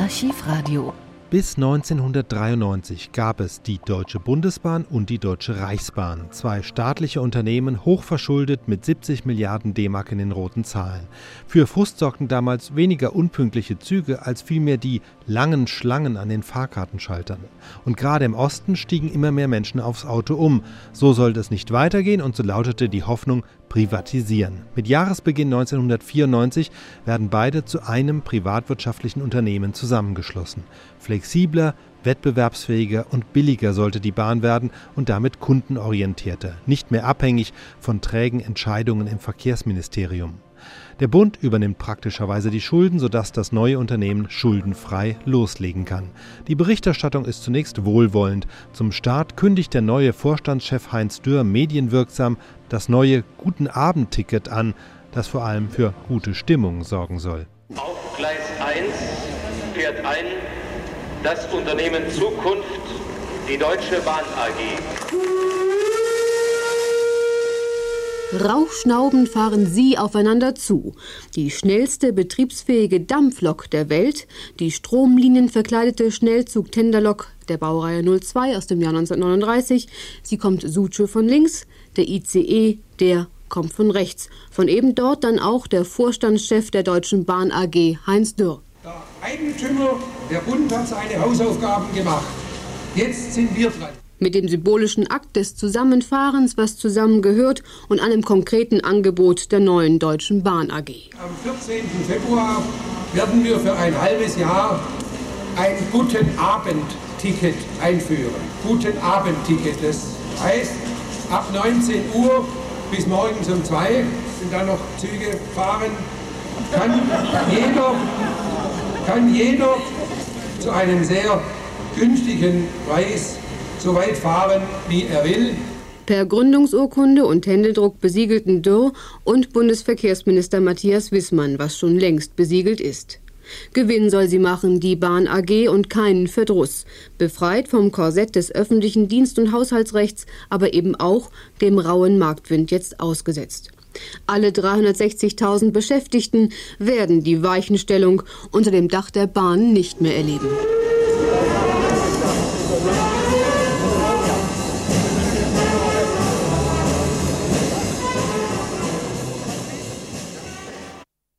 Archivradio. Bis 1993 gab es die Deutsche Bundesbahn und die Deutsche Reichsbahn. Zwei staatliche Unternehmen, hochverschuldet mit 70 Milliarden D-Mark in den roten Zahlen. Für Frust sorgten damals weniger unpünktliche Züge als vielmehr die langen Schlangen an den Fahrkartenschaltern. Und gerade im Osten stiegen immer mehr Menschen aufs Auto um. So sollte es nicht weitergehen und so lautete die Hoffnung, privatisieren. Mit Jahresbeginn 1994 werden beide zu einem privatwirtschaftlichen Unternehmen zusammengeschlossen. Flexibler, wettbewerbsfähiger und billiger sollte die Bahn werden und damit kundenorientierter, nicht mehr abhängig von trägen Entscheidungen im Verkehrsministerium. Der Bund übernimmt praktischerweise die Schulden, sodass das neue Unternehmen schuldenfrei loslegen kann. Die Berichterstattung ist zunächst wohlwollend. Zum Start kündigt der neue Vorstandschef Heinz Dürr medienwirksam das neue Guten-Abend-Ticket an, das vor allem für gute Stimmung sorgen soll. Auf Gleis 1 fährt ein das Unternehmen Zukunft, die Deutsche Bahn AG. Rauchschnaubend fahren sie aufeinander zu. Die schnellste betriebsfähige Dampflok der Welt, die stromlinienverkleidete Schnellzug-Tenderlok der Baureihe 02 aus dem Jahr 1939. Sie kommt Suche von links, der ICE, der kommt von rechts. Von eben dort dann auch der Vorstandschef der Deutschen Bahn AG, Heinz Dürr. Der Eigentümer, der Bund, hat seine Hausaufgaben gemacht. Jetzt sind wir dran. Mit dem symbolischen Akt des Zusammenfahrens, was zusammengehört, und einem konkreten Angebot der neuen Deutschen Bahn AG. Am 14. Februar werden wir für ein halbes Jahr ein Guten-Abend-Ticket einführen. Guten-Abend-Ticket, das heißt, ab 19 Uhr bis morgens um 2, wenn da noch Züge fahren, kann jeder zu einem sehr günstigen Preis so weit fahren, wie er will. Per Gründungsurkunde und Händedruck besiegelten Dürr und Bundesverkehrsminister Matthias Wissmann, was schon längst besiegelt ist. Gewinn soll sie machen, die Bahn AG, und keinen Verdruss. Befreit vom Korsett des öffentlichen Dienst- und Haushaltsrechts, aber eben auch dem rauen Marktwind jetzt ausgesetzt. Alle 360.000 Beschäftigten werden die Weichenstellung unter dem Dach der Bahn nicht mehr erleben.